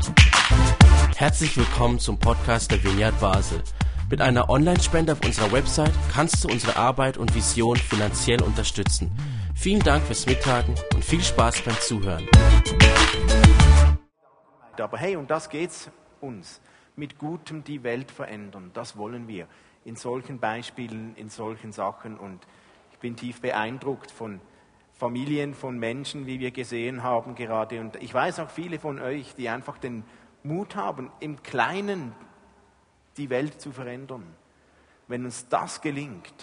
Herzlich willkommen zum Podcast der Vineyard Basel. Mit einer Online-Spende auf unserer Website kannst du unsere Arbeit und Vision finanziell unterstützen. Vielen Dank fürs Mittagen und viel Spaß beim Zuhören. Aber hey, und das geht's uns. Mit Gutem die Welt verändern. Das wollen wir. In solchen Beispielen, in solchen Sachen. Und ich bin tief beeindruckt von Familien, von Menschen, wie wir gesehen haben gerade. Und ich weiß auch viele von euch, die einfach den Mut haben, im Kleinen die Welt zu verändern. Wenn uns das gelingt,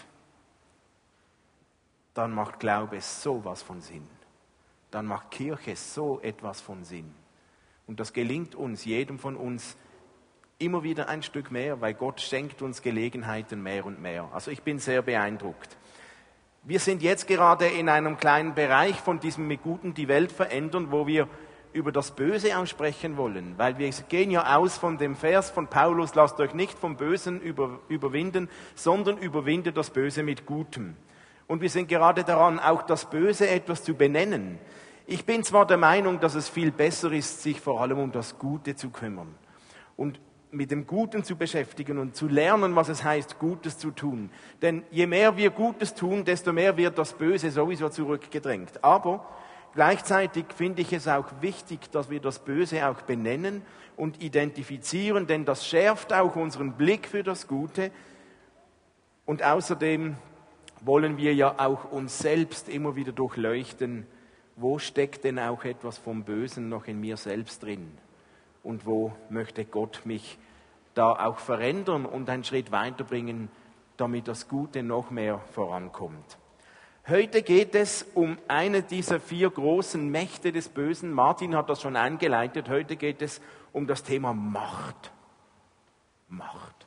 dann macht Glaube sowas von Sinn. Dann macht Kirche so etwas von Sinn. Und das gelingt uns, jedem von uns, immer wieder ein Stück mehr, weil Gott schenkt uns Gelegenheiten mehr und mehr. Also ich bin sehr beeindruckt. Wir sind jetzt gerade in einem kleinen Bereich von diesem mit Gutem die Welt verändern, wo wir über das Böse aussprechen wollen, weil wir gehen ja aus von dem Vers von Paulus, lasst euch nicht vom Bösen überwinden, sondern überwindet das Böse mit Gutem. Und wir sind gerade daran, auch das Böse etwas zu benennen. Ich bin zwar der Meinung, dass es viel besser ist, sich vor allem um das Gute zu kümmern und mit dem Guten zu beschäftigen und zu lernen, was es heißt, Gutes zu tun. Denn je mehr wir Gutes tun, desto mehr wird das Böse sowieso zurückgedrängt. Aber gleichzeitig finde ich es auch wichtig, dass wir das Böse auch benennen und identifizieren, denn das schärft auch unseren Blick für das Gute. Und außerdem wollen wir ja auch uns selbst immer wieder durchleuchten, wo steckt denn auch etwas vom Bösen noch in mir selbst drin? Und wo möchte Gott mich da auch verändern und einen Schritt weiterbringen, damit das Gute noch mehr vorankommt. Heute geht es um eine dieser 4 großen Mächte des Bösen. Martin hat das schon eingeleitet. Heute geht es um das Thema Macht. Macht.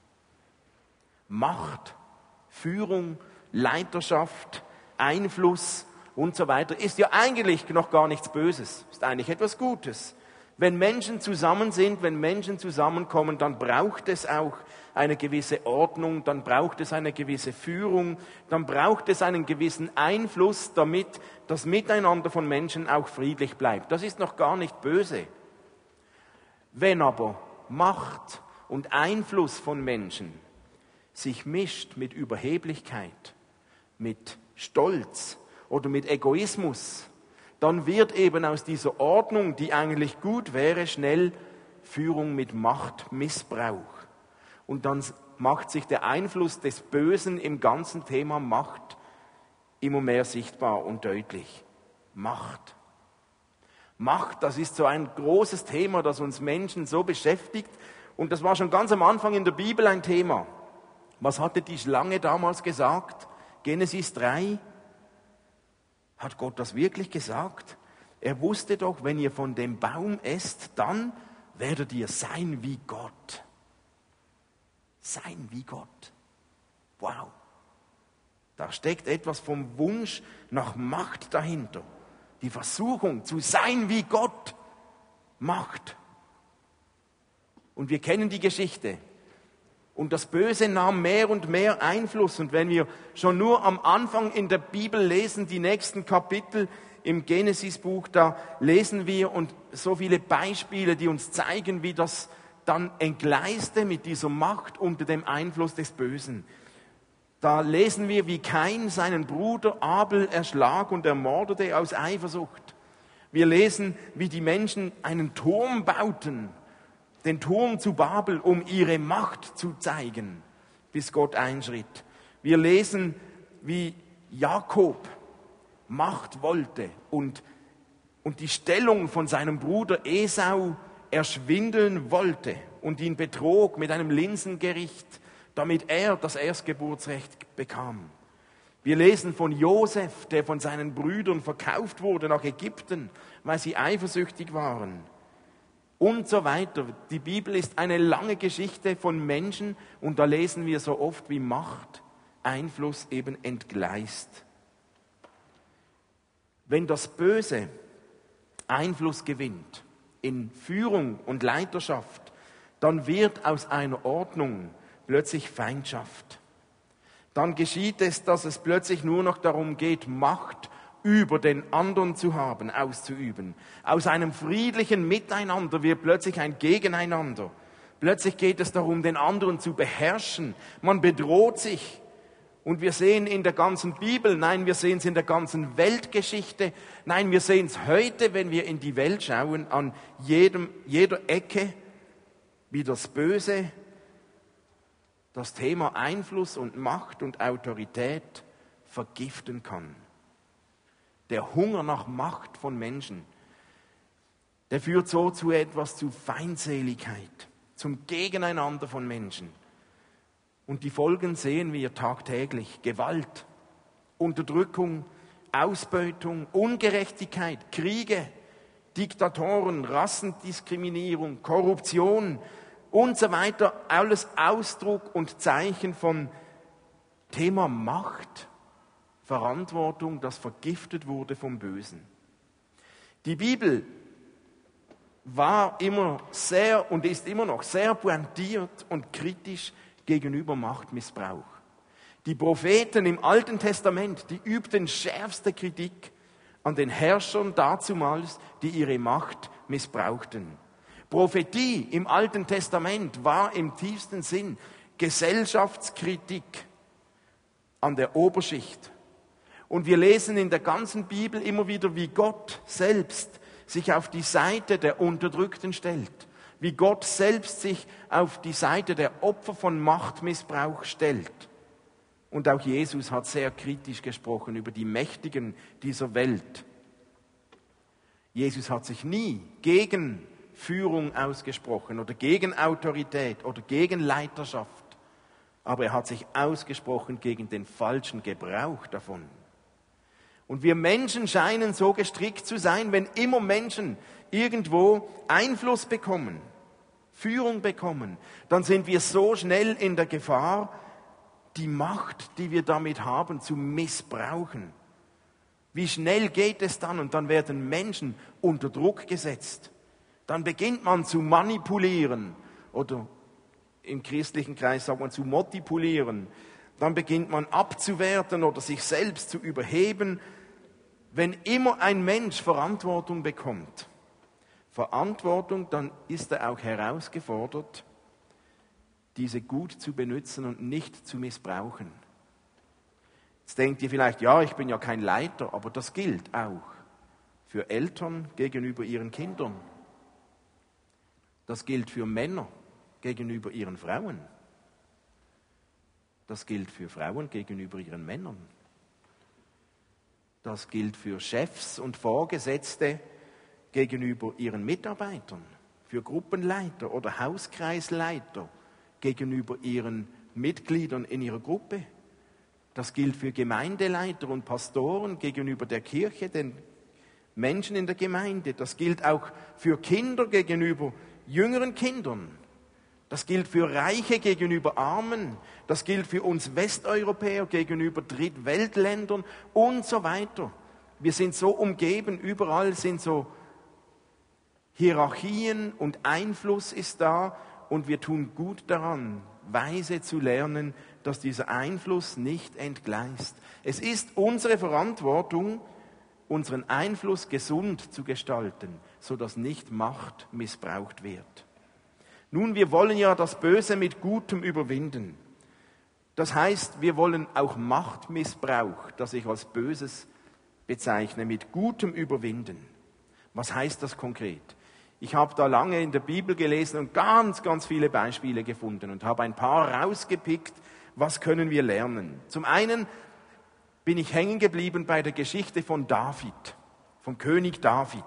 Macht, Führung, Leiterschaft, Einfluss und so weiter ist ja eigentlich noch gar nichts Böses. Ist eigentlich etwas Gutes. Wenn Menschen zusammen sind, wenn Menschen zusammenkommen, dann braucht es auch eine gewisse Ordnung, dann braucht es eine gewisse Führung, dann braucht es einen gewissen Einfluss, damit das Miteinander von Menschen auch friedlich bleibt. Das ist noch gar nicht böse. Wenn aber Macht und Einfluss von Menschen sich mischt mit Überheblichkeit, mit Stolz oder mit Egoismus, dann wird eben aus dieser Ordnung, die eigentlich gut wäre, schnell Führung mit Machtmissbrauch. Und dann macht sich der Einfluss des Bösen im ganzen Thema Macht immer mehr sichtbar und deutlich. Macht. Macht, das ist so ein großes Thema, das uns Menschen so beschäftigt. Und das war schon ganz am Anfang in der Bibel ein Thema. Was hatte die Schlange damals gesagt? Genesis 3. Hat Gott das wirklich gesagt? Er wusste doch, wenn ihr von dem Baum esst, dann werdet ihr sein wie Gott. Sein wie Gott. Wow. Da steckt etwas vom Wunsch nach Macht dahinter. Die Versuchung zu sein wie Gott. Macht. Und wir kennen die Geschichte. Und das Böse nahm mehr und mehr Einfluss. Und wenn wir schon nur am Anfang in der Bibel lesen, die nächsten Kapitel im Genesis-Buch, da lesen wir und so viele Beispiele, die uns zeigen, wie das dann entgleiste mit dieser Macht unter dem Einfluss des Bösen. Da lesen wir, wie Kain seinen Bruder Abel erschlug und ermordete aus Eifersucht. Wir lesen, wie die Menschen einen Turm bauten, den Turm zu Babel, um ihre Macht zu zeigen, bis Gott einschritt. Wir lesen, wie Jakob Macht wollte und die Stellung von seinem Bruder Esau erschwindeln wollte und ihn betrog mit einem Linsengericht, damit er das Erstgeburtsrecht bekam. Wir lesen von Josef, der von seinen Brüdern verkauft wurde nach Ägypten, weil sie eifersüchtig waren. Und so weiter. Die Bibel ist eine lange Geschichte von Menschen und da lesen wir so oft, wie Macht, Einfluss eben entgleist. Wenn das Böse Einfluss gewinnt in Führung und Leiterschaft, dann wird aus einer Ordnung plötzlich Feindschaft. Dann geschieht es, dass es plötzlich nur noch darum geht, Macht über den anderen zu haben, auszuüben. Aus einem friedlichen Miteinander wird plötzlich ein Gegeneinander. Plötzlich geht es darum, den anderen zu beherrschen. Man bedroht sich. Und wir sehen in der ganzen Bibel, nein, wir sehen es in der ganzen Weltgeschichte, nein, wir sehen es heute, wenn wir in die Welt schauen, an jeder Ecke, wie das Böse, das Thema Einfluss und Macht und Autorität vergiften kann. Der Hunger nach Macht von Menschen, der führt so zu etwas, zu Feindseligkeit, zum Gegeneinander von Menschen. Und die Folgen sehen wir tagtäglich. Gewalt, Unterdrückung, Ausbeutung, Ungerechtigkeit, Kriege, Diktatoren, Rassendiskriminierung, Korruption und so weiter. Alles Ausdruck und Zeichen von Thema Macht, Verantwortung, das vergiftet wurde vom Bösen. Die Bibel war immer sehr und ist immer noch sehr pointiert und kritisch gegenüber Machtmissbrauch. Die Propheten im Alten Testament, die übten schärfste Kritik an den Herrschern dazumals, die ihre Macht missbrauchten. Prophetie im Alten Testament war im tiefsten Sinn Gesellschaftskritik an der Oberschicht. Und wir lesen in der ganzen Bibel immer wieder, wie Gott selbst sich auf die Seite der Unterdrückten stellt. Wie Gott selbst sich auf die Seite der Opfer von Machtmissbrauch stellt. Und auch Jesus hat sehr kritisch gesprochen über die Mächtigen dieser Welt. Jesus hat sich nie gegen Führung ausgesprochen oder gegen Autorität oder gegen Leiterschaft. Aber er hat sich ausgesprochen gegen den falschen Gebrauch davon. Und wir Menschen scheinen so gestrickt zu sein, wenn immer Menschen irgendwo Einfluss bekommen, Führung bekommen, dann sind wir so schnell in der Gefahr, die Macht, die wir damit haben, zu missbrauchen. Wie schnell geht es dann? Und dann werden Menschen unter Druck gesetzt. Dann beginnt man zu manipulieren oder im christlichen Kreis sagt man zu motipulieren. Dann beginnt man abzuwerten oder sich selbst zu überheben. Wenn immer ein Mensch Verantwortung bekommt, dann ist er auch herausgefordert, diese gut zu benutzen und nicht zu missbrauchen. Jetzt denkt ihr vielleicht, ja, ich bin ja kein Leiter, aber das gilt auch für Eltern gegenüber ihren Kindern. Das gilt für Männer gegenüber ihren Frauen. Das gilt für Frauen gegenüber ihren Männern. Das gilt für Chefs und Vorgesetzte gegenüber ihren Mitarbeitern, für Gruppenleiter oder Hauskreisleiter gegenüber ihren Mitgliedern in ihrer Gruppe. Das gilt für Gemeindeleiter und Pastoren gegenüber der Kirche, den Menschen in der Gemeinde. Das gilt auch für Kinder gegenüber jüngeren Kindern. Das gilt für Reiche gegenüber Armen. Das gilt für uns Westeuropäer gegenüber Drittweltländern und so weiter. Wir sind so umgeben, überall sind so Hierarchien und Einfluss ist da und wir tun gut daran, weise zu lernen, dass dieser Einfluss nicht entgleist. Es ist unsere Verantwortung, unseren Einfluss gesund zu gestalten, sodass nicht Macht missbraucht wird. Nun, wir wollen ja das Böse mit Gutem überwinden. Das heißt, wir wollen auch Machtmissbrauch, das ich als Böses bezeichne, mit Gutem überwinden. Was heißt das konkret? Ich habe da lange in der Bibel gelesen und ganz, ganz viele Beispiele gefunden und habe ein paar rausgepickt, was können wir lernen. Zum einen bin ich hängen geblieben bei der Geschichte von David, vom König David.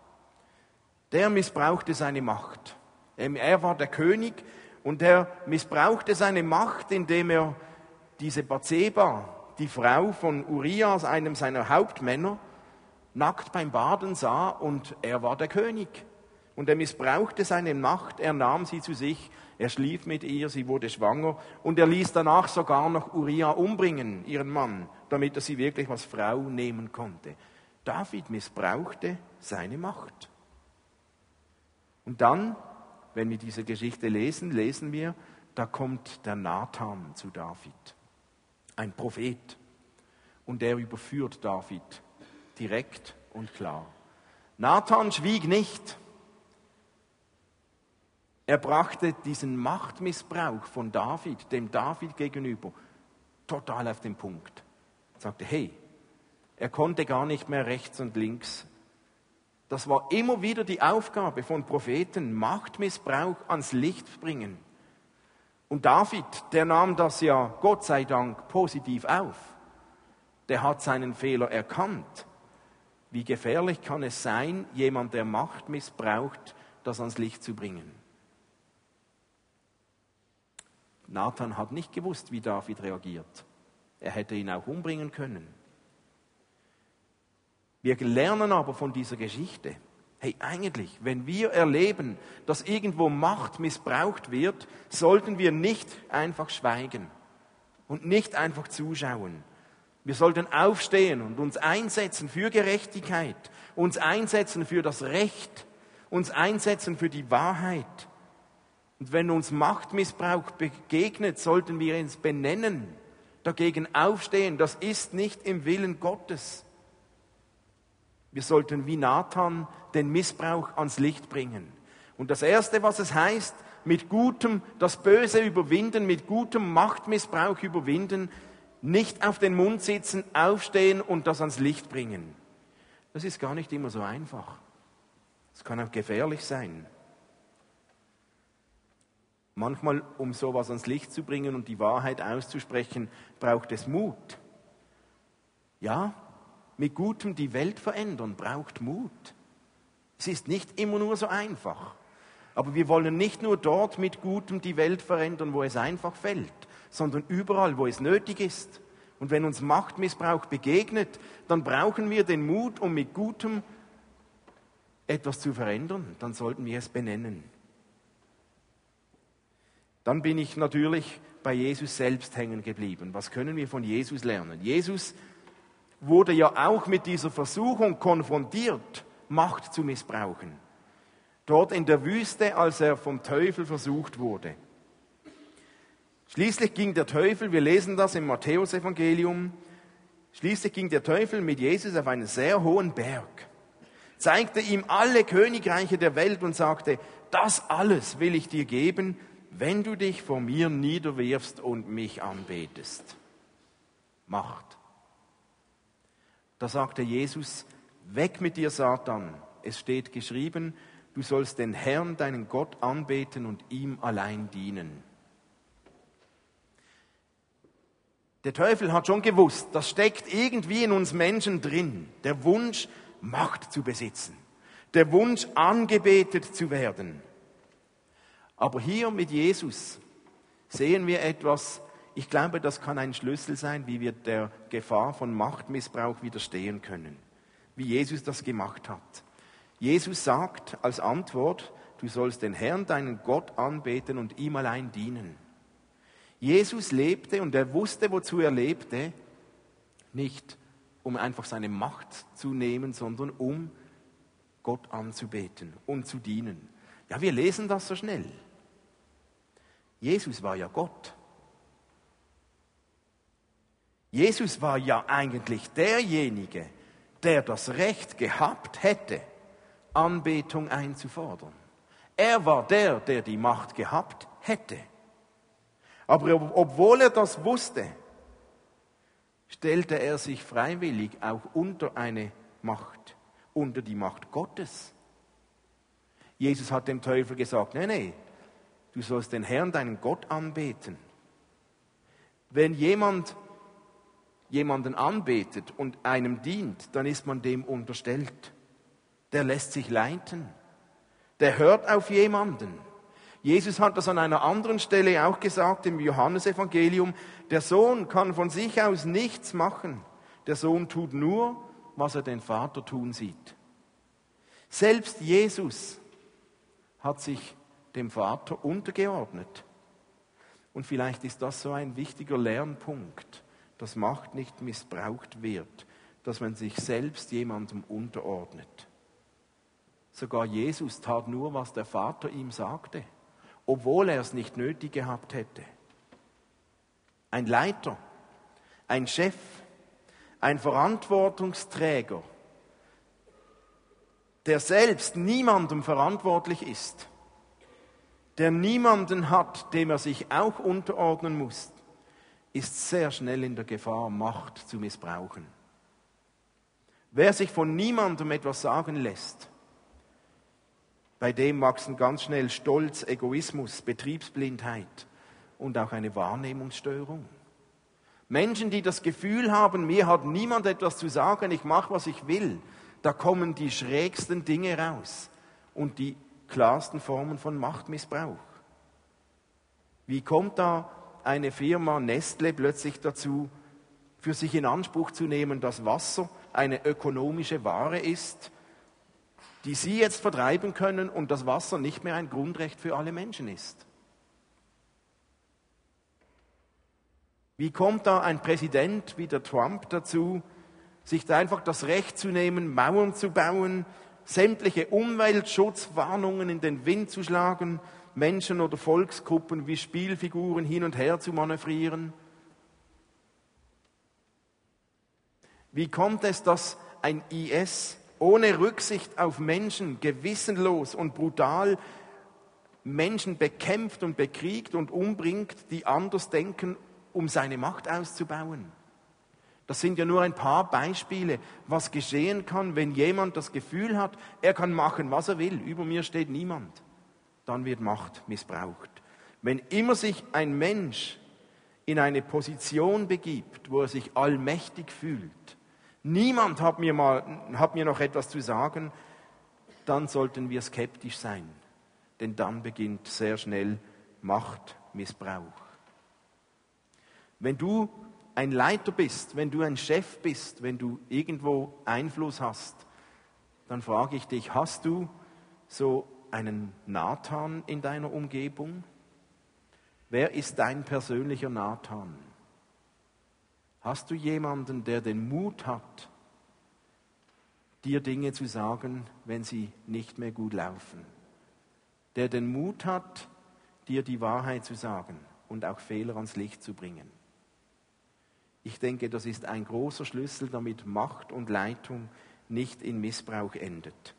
Der missbrauchte seine Macht. Er war der König und er missbrauchte seine Macht, indem er diese Bathseba, die Frau von Urias, einem seiner Hauptmänner, nackt beim Baden sah und er war der König. Und er missbrauchte seine Macht, er nahm sie zu sich, er schlief mit ihr, sie wurde schwanger und er ließ danach sogar noch Uria umbringen, ihren Mann, damit er sie wirklich als Frau nehmen konnte. David missbrauchte seine Macht. Und dann, wenn wir diese Geschichte lesen wir, da kommt der Nathan zu David, ein Prophet. Und der überführt David direkt und klar. Nathan schwieg nicht. Er brachte diesen Machtmissbrauch von David, dem David gegenüber, total auf den Punkt. Er sagte, hey, er konnte gar nicht mehr rechts und links. Das war immer wieder die Aufgabe von Propheten, Machtmissbrauch ans Licht bringen. Und David, der nahm das ja, Gott sei Dank, positiv auf. Der hat seinen Fehler erkannt. Wie gefährlich kann es sein, jemand, der Macht missbraucht, das ans Licht zu bringen? Nathan hat nicht gewusst, wie David reagiert. Er hätte ihn auch umbringen können. Wir lernen aber von dieser Geschichte, hey, eigentlich, wenn wir erleben, dass irgendwo Macht missbraucht wird, sollten wir nicht einfach schweigen und nicht einfach zuschauen. Wir sollten aufstehen und uns einsetzen für Gerechtigkeit, uns einsetzen für das Recht, uns einsetzen für die Wahrheit. Und wenn uns Machtmissbrauch begegnet, sollten wir es benennen, dagegen aufstehen. Das ist nicht im Willen Gottes. Wir sollten wie Nathan den Missbrauch ans Licht bringen. Und das Erste, was es heißt, mit Gutem das Böse überwinden, mit gutem Machtmissbrauch überwinden, nicht auf den Mund sitzen, aufstehen und das ans Licht bringen. Das ist gar nicht immer so einfach. Es kann auch gefährlich sein. Manchmal, um sowas ans Licht zu bringen und die Wahrheit auszusprechen, braucht es Mut. Ja, mit Gutem die Welt verändern braucht Mut. Es ist nicht immer nur so einfach. Aber wir wollen nicht nur dort mit Gutem die Welt verändern, wo es einfach fällt, sondern überall, wo es nötig ist. Und wenn uns Machtmissbrauch begegnet, dann brauchen wir den Mut, um mit Gutem etwas zu verändern. Dann sollten wir es benennen. Dann bin ich natürlich bei Jesus selbst hängen geblieben. Was können wir von Jesus lernen? Jesus wurde ja auch mit dieser Versuchung konfrontiert, Macht zu missbrauchen. Dort in der Wüste, als er vom Teufel versucht wurde. Schließlich ging der Teufel, wir lesen das im Matthäusevangelium, schließlich ging der Teufel mit Jesus auf einen sehr hohen Berg, zeigte ihm alle Königreiche der Welt und sagte, das alles will ich dir geben, wenn du dich vor mir niederwirfst und mich anbetest. Macht. Da sagte Jesus, weg mit dir, Satan. Es steht geschrieben, du sollst den Herrn, deinen Gott, anbeten und ihm allein dienen. Der Teufel hat schon gewusst, das steckt irgendwie in uns Menschen drin, der Wunsch, Macht zu besitzen, der Wunsch, angebetet zu werden. Aber hier mit Jesus sehen wir etwas, ich glaube, das kann ein Schlüssel sein, wie wir der Gefahr von Machtmissbrauch widerstehen können, wie Jesus das gemacht hat. Jesus sagt als Antwort, du sollst den Herrn, deinen Gott, anbeten und ihm allein dienen. Jesus lebte und er wusste, wozu er lebte, nicht um einfach seine Macht zu nehmen, sondern um Gott anzubeten und zu dienen. Ja, wir lesen das so schnell. Jesus war ja Gott. Jesus war ja eigentlich derjenige, der das Recht gehabt hätte, Anbetung einzufordern. Er war der die Macht gehabt hätte. Aber obwohl er das wusste, stellte er sich freiwillig auch unter eine Macht, unter die Macht Gottes. Jesus hat dem Teufel gesagt, nee, du sollst den Herrn, deinen Gott, anbeten. Wenn jemand jemanden anbetet und einem dient, dann ist man dem unterstellt. Der lässt sich leiten. Der hört auf jemanden. Jesus hat das an einer anderen Stelle auch gesagt im Johannesevangelium. Der Sohn kann von sich aus nichts machen. Der Sohn tut nur, was er den Vater tun sieht. Selbst Jesus hat sich dem Vater untergeordnet. Und vielleicht ist das so ein wichtiger Lernpunkt, dass Macht nicht missbraucht wird, dass man sich selbst jemandem unterordnet. Sogar Jesus tat nur, was der Vater ihm sagte, obwohl er es nicht nötig gehabt hätte. Ein Leiter, ein Chef, ein Verantwortungsträger der selbst niemandem verantwortlich ist, der niemanden hat, dem er sich auch unterordnen muss, ist sehr schnell in der Gefahr, Macht zu missbrauchen. Wer sich von niemandem etwas sagen lässt, bei dem wachsen ganz schnell Stolz, Egoismus, Betriebsblindheit und auch eine Wahrnehmungsstörung. Menschen, die das Gefühl haben, mir hat niemand etwas zu sagen, ich mache, was ich will, da kommen die schrägsten Dinge raus und die klarsten Formen von Machtmissbrauch. Wie kommt da eine Firma Nestle plötzlich dazu, für sich in Anspruch zu nehmen, dass Wasser eine ökonomische Ware ist, die sie jetzt vertreiben können und das Wasser nicht mehr ein Grundrecht für alle Menschen ist? Wie kommt da ein Präsident wie der Trump dazu, sich da einfach das Recht zu nehmen, Mauern zu bauen, sämtliche Umweltschutzwarnungen in den Wind zu schlagen, Menschen oder Volksgruppen wie Spielfiguren hin und her zu manövrieren? Wie kommt es, dass ein IS ohne Rücksicht auf Menschen gewissenlos und brutal Menschen bekämpft und bekriegt und umbringt, die anders denken, um seine Macht auszubauen? Das sind ja nur ein paar Beispiele, was geschehen kann, wenn jemand das Gefühl hat, er kann machen, was er will, über mir steht niemand. Dann wird Macht missbraucht. Wenn immer sich ein Mensch in eine Position begibt, wo er sich allmächtig fühlt, niemand hat mir noch etwas zu sagen, dann sollten wir skeptisch sein. Denn dann beginnt sehr schnell Machtmissbrauch. Wenn du ein Leiter bist, wenn du ein Chef bist, wenn du irgendwo Einfluss hast, dann frage ich dich, hast du so einen Nathan in deiner Umgebung? Wer ist dein persönlicher Nathan? Hast du jemanden, der den Mut hat, dir Dinge zu sagen, wenn sie nicht mehr gut laufen? Der den Mut hat, dir die Wahrheit zu sagen und auch Fehler ans Licht zu bringen? Ich denke, das ist ein großer Schlüssel, damit Macht und Leitung nicht in Missbrauch endet.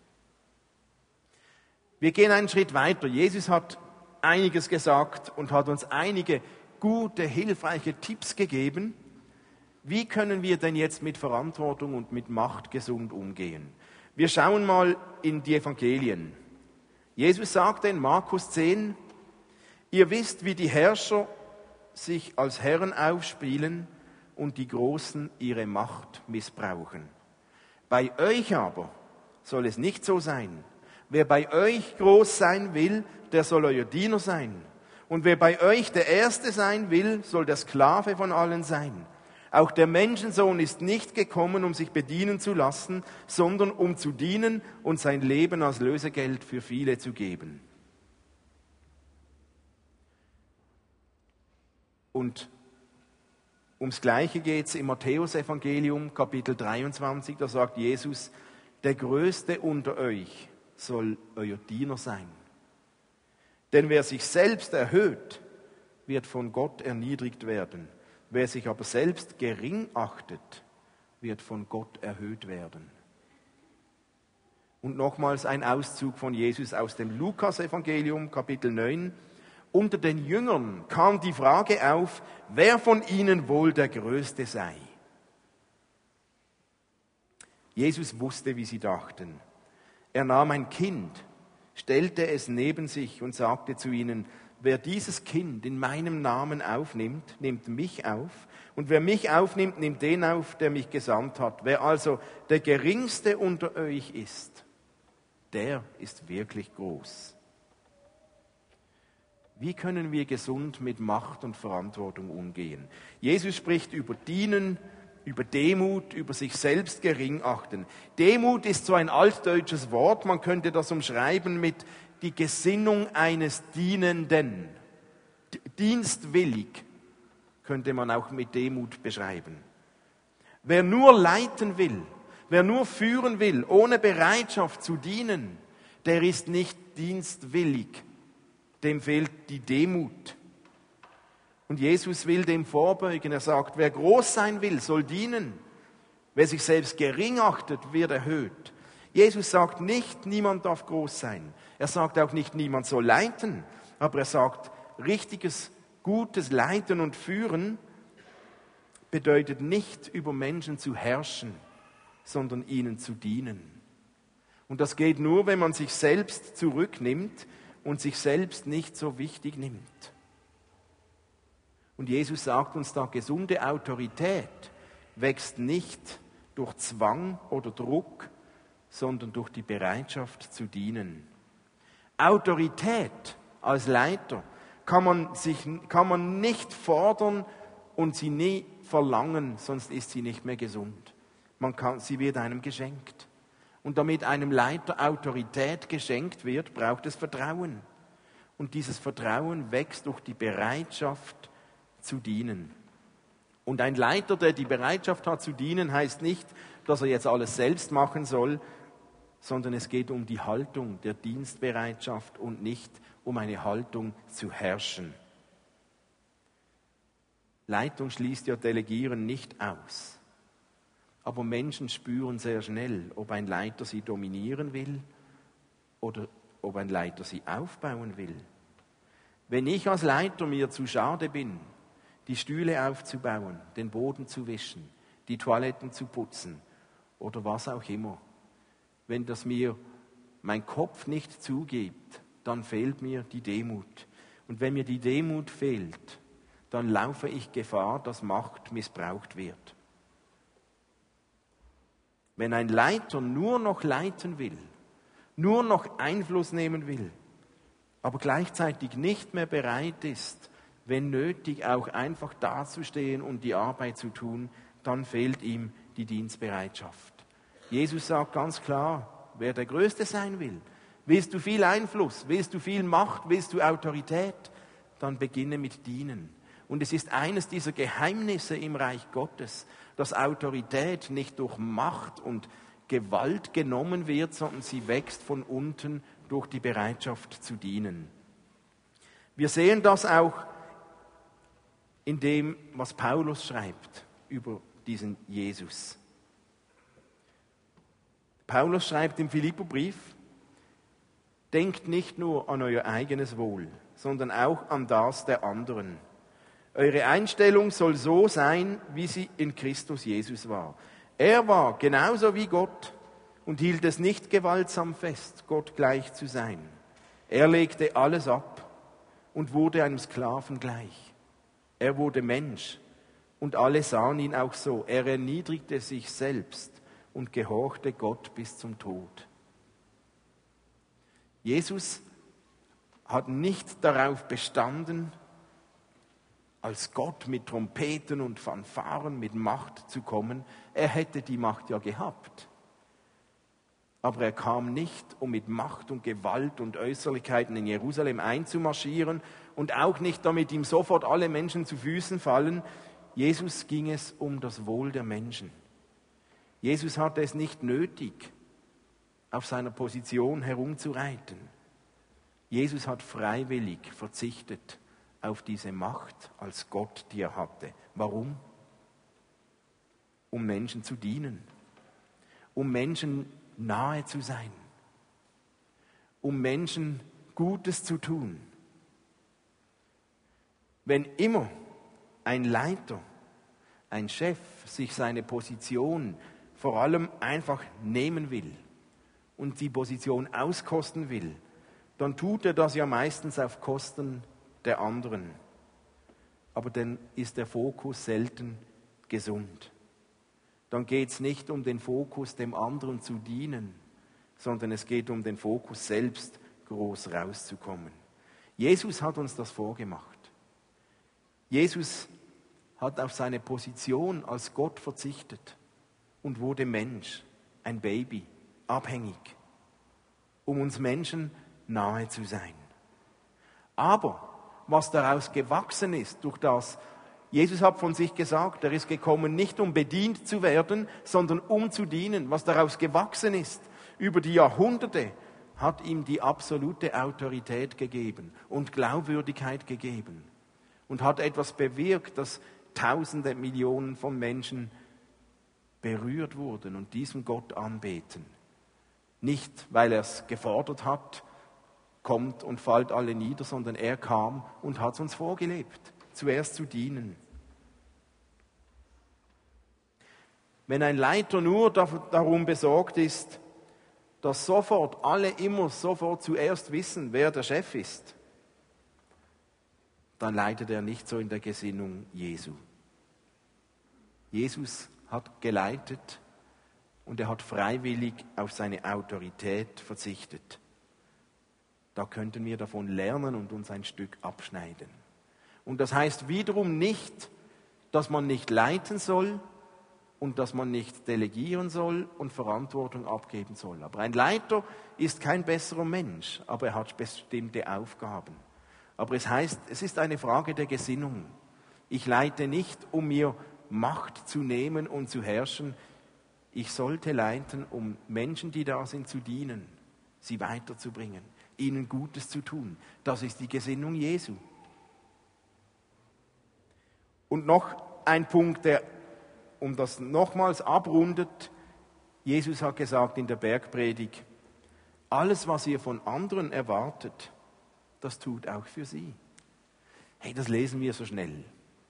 Wir gehen einen Schritt weiter. Jesus hat einiges gesagt und hat uns einige gute, hilfreiche Tipps gegeben. Wie können wir denn jetzt mit Verantwortung und mit Macht gesund umgehen? Wir schauen mal in die Evangelien. Jesus sagte in Markus 10, ihr wisst, wie die Herrscher sich als Herren aufspielen und die Großen ihre Macht missbrauchen. Bei euch aber soll es nicht so sein. Wer bei euch groß sein will, der soll euer Diener sein. Und wer bei euch der Erste sein will, soll der Sklave von allen sein. Auch der Menschensohn ist nicht gekommen, um sich bedienen zu lassen, sondern um zu dienen und sein Leben als Lösegeld für viele zu geben. Und ums Gleiche geht es im Matthäus-Evangelium, Kapitel 23, da sagt Jesus, der Größte unter euch soll euer Diener sein. Denn wer sich selbst erhöht, wird von Gott erniedrigt werden. Wer sich aber selbst gering achtet, wird von Gott erhöht werden. Und nochmals ein Auszug von Jesus aus dem Lukas-Evangelium, Kapitel 9. Unter den Jüngern kam die Frage auf, wer von ihnen wohl der Größte sei. Jesus wusste, wie sie dachten. Er nahm ein Kind, stellte es neben sich und sagte zu ihnen, wer dieses Kind in meinem Namen aufnimmt, nimmt mich auf. Und wer mich aufnimmt, nimmt den auf, der mich gesandt hat. Wer also der Geringste unter euch ist, der ist wirklich groß. Wie können wir gesund mit Macht und Verantwortung umgehen? Jesus spricht über Dienen, über Demut, über sich selbst gering achten. Demut ist so ein altdeutsches Wort, man könnte das umschreiben mit die Gesinnung eines Dienenden. Dienstwillig könnte man auch mit Demut beschreiben. Wer nur leiten will, wer nur führen will, ohne Bereitschaft zu dienen, der ist nicht dienstwillig. Dem fehlt die Demut. Und Jesus will dem vorbeugen. Er sagt, wer groß sein will, soll dienen. Wer sich selbst gering achtet, wird erhöht. Jesus sagt nicht, niemand darf groß sein. Er sagt auch nicht, niemand soll leiten. Aber er sagt, richtiges, gutes Leiten und Führen bedeutet nicht, über Menschen zu herrschen, sondern ihnen zu dienen. Und das geht nur, wenn man sich selbst zurücknimmt und sich selbst nicht so wichtig nimmt. Und Jesus sagt uns da, gesunde Autorität wächst nicht durch Zwang oder Druck, sondern durch die Bereitschaft zu dienen. Autorität als Leiter kann man nicht fordern und sie nie verlangen, sonst ist sie nicht mehr gesund. Sie wird einem geschenkt. Und damit einem Leiter Autorität geschenkt wird, braucht es Vertrauen. Und dieses Vertrauen wächst durch die Bereitschaft zu dienen. Und ein Leiter, der die Bereitschaft hat zu dienen, heißt nicht, dass er jetzt alles selbst machen soll, sondern es geht um die Haltung der Dienstbereitschaft und nicht um eine Haltung zu herrschen. Leitung schließt ja Delegieren nicht aus. Aber Menschen spüren sehr schnell, ob ein Leiter sie dominieren will oder ob ein Leiter sie aufbauen will. Wenn ich als Leiter mir zu schade bin, die Stühle aufzubauen, den Boden zu wischen, die Toiletten zu putzen oder was auch immer, wenn das mir mein Kopf nicht zugibt, dann fehlt mir die Demut. Und wenn mir die Demut fehlt, dann laufe ich Gefahr, dass Macht missbraucht wird. Wenn ein Leiter nur noch leiten will, nur noch Einfluss nehmen will, aber gleichzeitig nicht mehr bereit ist, wenn nötig, auch einfach dazustehen und die Arbeit zu tun, dann fehlt ihm die Dienstbereitschaft. Jesus sagt ganz klar, wer der Größte sein will, willst du viel Einfluss, willst du viel Macht, willst du Autorität, dann beginne mit Dienen. Und es ist eines dieser Geheimnisse im Reich Gottes, dass Autorität nicht durch Macht und Gewalt genommen wird, sondern sie wächst von unten durch die Bereitschaft zu dienen. Wir sehen das auch in dem, was Paulus schreibt über diesen Jesus. Paulus schreibt im Philipperbrief, denkt nicht nur an euer eigenes Wohl, sondern auch an das der anderen. Eure Einstellung soll so sein, wie sie in Christus Jesus war. Er war genauso wie Gott und hielt es nicht gewaltsam fest, Gott gleich zu sein. Er legte alles ab und wurde einem Sklaven gleich. Er wurde Mensch und alle sahen ihn auch so. Er erniedrigte sich selbst und gehorchte Gott bis zum Tod. Jesus hat nicht darauf bestanden, als Gott mit Trompeten und Fanfaren, mit Macht zu kommen. Er hätte die Macht ja gehabt. Aber er kam nicht, um mit Macht und Gewalt und Äußerlichkeiten in Jerusalem einzumarschieren und auch nicht, damit ihm sofort alle Menschen zu Füßen fallen. Jesus ging es um das Wohl der Menschen. Jesus hatte es nicht nötig, auf seiner Position herumzureiten. Jesus hat freiwillig verzichtet auf diese Macht als Gott, die er hatte. Warum? Um Menschen zu dienen, um Menschen nahe zu sein, um Menschen Gutes zu tun. Wenn immer ein Leiter, ein Chef sich seine Position vor allem einfach nehmen will und die Position auskosten will, dann tut er das ja meistens auf Kosten der anderen. Aber dann ist der Fokus selten gesund. Dann geht es nicht um den Fokus, dem anderen zu dienen, sondern es geht um den Fokus, selbst groß rauszukommen. Jesus hat uns das vorgemacht. Jesus hat auf seine Position als Gott verzichtet und wurde Mensch, ein Baby, abhängig, um uns Menschen nahe zu sein. Aber was daraus gewachsen ist, durch das, Jesus hat von sich gesagt, er ist gekommen, nicht um bedient zu werden, sondern um zu dienen. Was daraus gewachsen ist, über die Jahrhunderte, hat ihm die absolute Autorität gegeben und Glaubwürdigkeit gegeben und hat etwas bewirkt, dass Tausende, Millionen von Menschen berührt wurden und diesen Gott anbeten. Nicht, weil er es gefordert hat, kommt und fallt alle nieder, sondern er kam und hat es uns vorgelebt, zuerst zu dienen. Wenn ein Leiter nur darum besorgt ist, dass sofort alle immer sofort zuerst wissen, wer der Chef ist, dann leidet er nicht so in der Gesinnung Jesu. Jesus hat geleitet und er hat freiwillig auf seine Autorität verzichtet. Da könnten wir davon lernen und uns ein Stück abschneiden. Und das heißt wiederum nicht, dass man nicht leiten soll und dass man nicht delegieren soll und Verantwortung abgeben soll. Aber ein Leiter ist kein besserer Mensch, aber er hat bestimmte Aufgaben. Aber es heißt, es ist eine Frage der Gesinnung. Ich leite nicht, um mir Macht zu nehmen und zu herrschen. Ich sollte leiten, um Menschen, die da sind, zu dienen, sie weiterzubringen, ihnen Gutes zu tun. Das ist die Gesinnung Jesu. Und noch ein Punkt, der um das nochmals abrundet. Jesus hat gesagt in der Bergpredigt, alles, was ihr von anderen erwartet, das tut auch für sie. Hey, das lesen wir so schnell.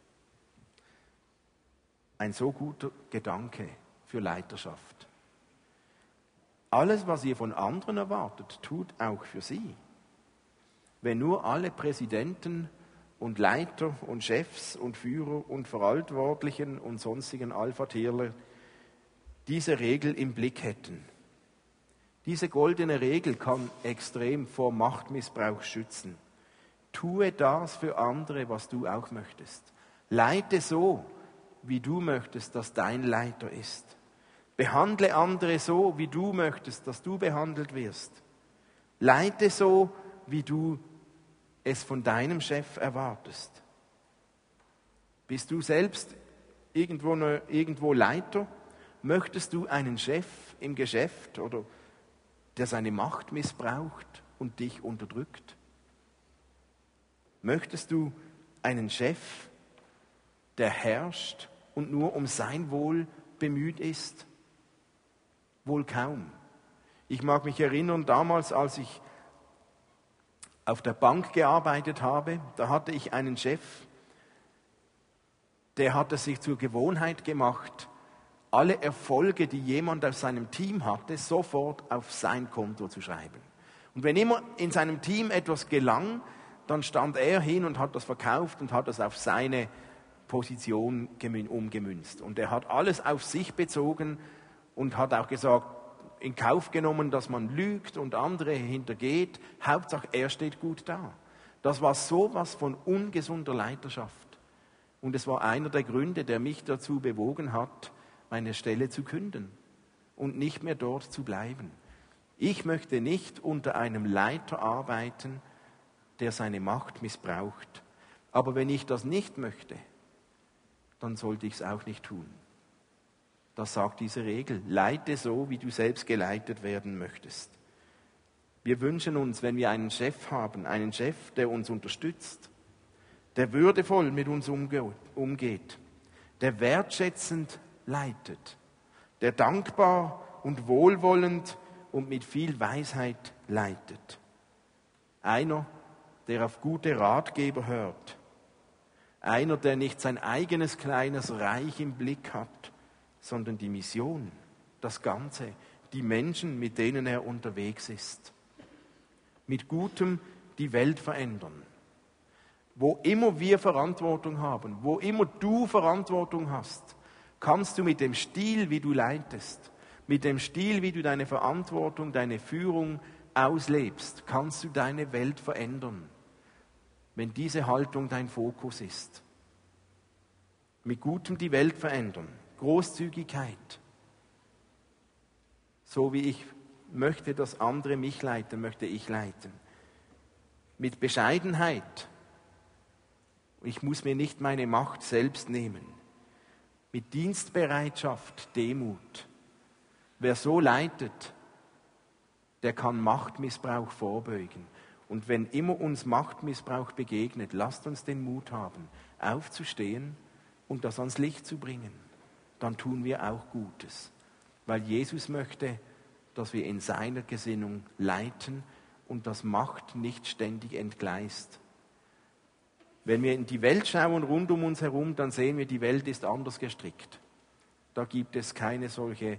Ein so guter Gedanke für Leiterschaft. Alles, was ihr von anderen erwartet, tut auch für sie. Wenn nur alle Präsidenten und Leiter und Chefs und Führer und Verantwortlichen und sonstigen Alpha-Tierler diese Regel im Blick hätten. Diese goldene Regel kann extrem vor Machtmissbrauch schützen. Tue das für andere, was du auch möchtest. Leite so, wie du möchtest, dass dein Leiter ist. Behandle andere so, wie du möchtest, dass du behandelt wirst. Leite so, wie du es von deinem Chef erwartest. Bist du selbst irgendwo Leiter? Möchtest du einen Chef im Geschäft oder der seine Macht missbraucht und dich unterdrückt? Möchtest du einen Chef, der herrscht und nur um sein Wohl bemüht ist? Wohl kaum. Ich mag mich erinnern, damals, als ich auf der Bank gearbeitet habe, da hatte ich einen Chef, der hat es sich zur Gewohnheit gemacht, alle Erfolge, die jemand aus seinem Team hatte, sofort auf sein Konto zu schreiben. Und wenn immer in seinem Team etwas gelang, dann stand er hin und hat das verkauft und hat das auf seine Position umgemünzt. Und er hat alles auf sich bezogen und hat auch gesagt, in Kauf genommen, dass man lügt und andere hintergeht. Hauptsache, er steht gut da. Das war sowas von ungesunder Leiterschaft. Und es war einer der Gründe, der mich dazu bewogen hat, meine Stelle zu künden und nicht mehr dort zu bleiben. Ich möchte nicht unter einem Leiter arbeiten, der seine Macht missbraucht. Aber wenn ich das nicht möchte, dann sollte ich es auch nicht tun. Das sagt diese Regel. Leite so, wie du selbst geleitet werden möchtest. Wir wünschen uns, wenn wir einen Chef haben, einen Chef, der uns unterstützt, der würdevoll mit uns umgeht, der wertschätzend leitet, der dankbar und wohlwollend und mit viel Weisheit leitet. Einer, der auf gute Ratgeber hört. Einer, der nicht sein eigenes kleines Reich im Blick hat, sondern die Mission, das Ganze, die Menschen, mit denen er unterwegs ist. Mit Gutem die Welt verändern. Wo immer wir Verantwortung haben, wo immer du Verantwortung hast, kannst du mit dem Stil, wie du leitest, mit dem Stil, wie du deine Verantwortung, deine Führung auslebst, kannst du deine Welt verändern, wenn diese Haltung dein Fokus ist. Mit Gutem die Welt verändern. Großzügigkeit. So wie ich möchte, dass andere mich leiten, möchte ich leiten. Mit Bescheidenheit. Ich muss mir nicht meine Macht selbst nehmen. Mit Dienstbereitschaft, Demut. Wer so leitet, der kann Machtmissbrauch vorbeugen. Und wenn immer uns Machtmissbrauch begegnet, lasst uns den Mut haben, aufzustehen und das ans Licht zu bringen. Dann tun wir auch Gutes. Weil Jesus möchte, dass wir in seiner Gesinnung leiten und dass Macht nicht ständig entgleist. Wenn wir in die Welt schauen rund um uns herum, dann sehen wir, die Welt ist anders gestrickt. Da gibt es keine solche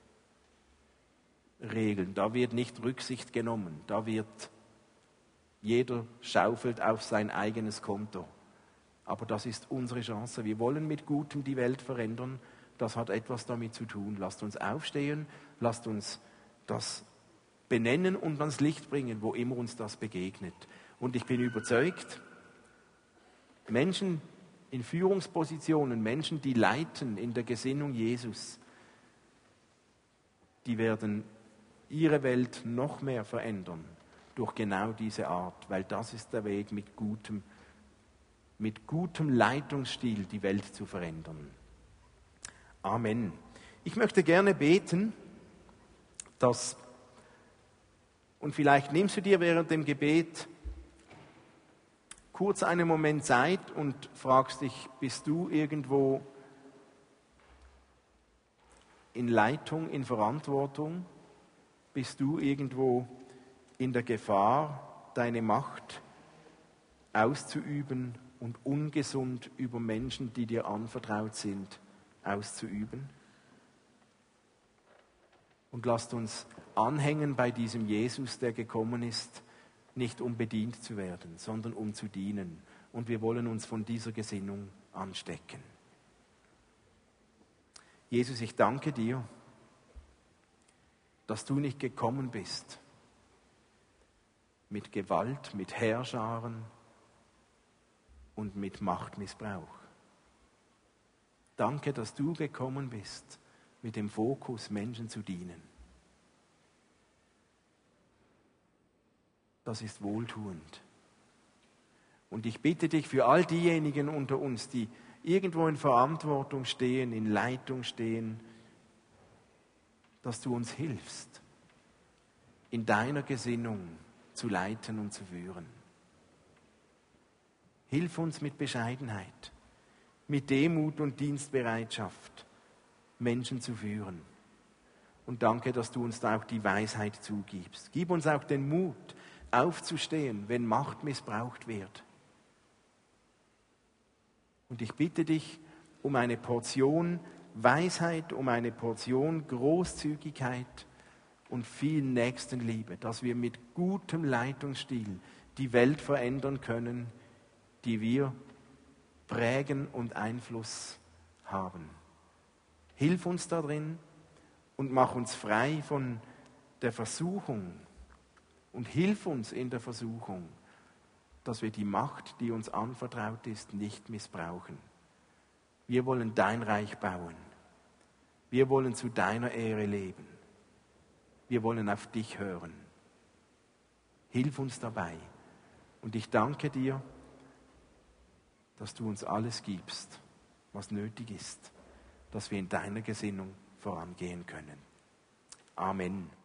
Regeln, da wird nicht Rücksicht genommen, da wird jeder schaufelt auf sein eigenes Konto. Aber das ist unsere Chance. Wir wollen mit Gutem die Welt verändern. Das hat etwas damit zu tun. Lasst uns aufstehen, lasst uns das benennen und ans Licht bringen, wo immer uns das begegnet. Und ich bin überzeugt, Menschen in Führungspositionen, Menschen, die leiten in der Gesinnung Jesus, die werden ihre Welt noch mehr verändern durch genau diese Art, weil das ist der Weg, mit gutem Leitungsstil die Welt zu verändern. Amen. Ich möchte gerne beten, und vielleicht nimmst du dir während dem Gebet kurz einen Moment Zeit und fragst dich, bist du irgendwo in Leitung, in Verantwortung? Bist du irgendwo in der Gefahr, deine Macht auszuüben und ungesund über Menschen, die dir anvertraut sind, auszuüben? Und lasst uns anhängen bei diesem Jesus, der gekommen ist, nicht um bedient zu werden, sondern um zu dienen. Und wir wollen uns von dieser Gesinnung anstecken. Jesus, ich danke dir, dass du nicht gekommen bist mit Gewalt, mit Heerscharen und mit Machtmissbrauch. Danke, dass du gekommen bist mit dem Fokus, Menschen zu dienen. Das ist wohltuend. Und ich bitte dich für all diejenigen unter uns, die irgendwo in Verantwortung stehen, in Leitung stehen, dass du uns hilfst, in deiner Gesinnung zu leiten und zu führen. Hilf uns mit Bescheidenheit, mit Demut und Dienstbereitschaft, Menschen zu führen. Und danke, dass du uns da auch die Weisheit zugibst. Gib uns auch den Mut, aufzustehen, wenn Macht missbraucht wird. Und ich bitte dich um eine Portion Weisheit, um eine Portion Großzügigkeit und viel Nächstenliebe, dass wir mit gutem Leitungsstil die Welt verändern können, die wir prägen und Einfluss haben. Hilf uns darin und mach uns frei von der Versuchung und hilf uns in der Versuchung, dass wir die Macht, die uns anvertraut ist, nicht missbrauchen. Wir wollen dein Reich bauen. Wir wollen zu deiner Ehre leben. Wir wollen auf dich hören. Hilf uns dabei. Und ich danke dir, dass du uns alles gibst, was nötig ist, dass wir in deiner Gesinnung vorangehen können. Amen.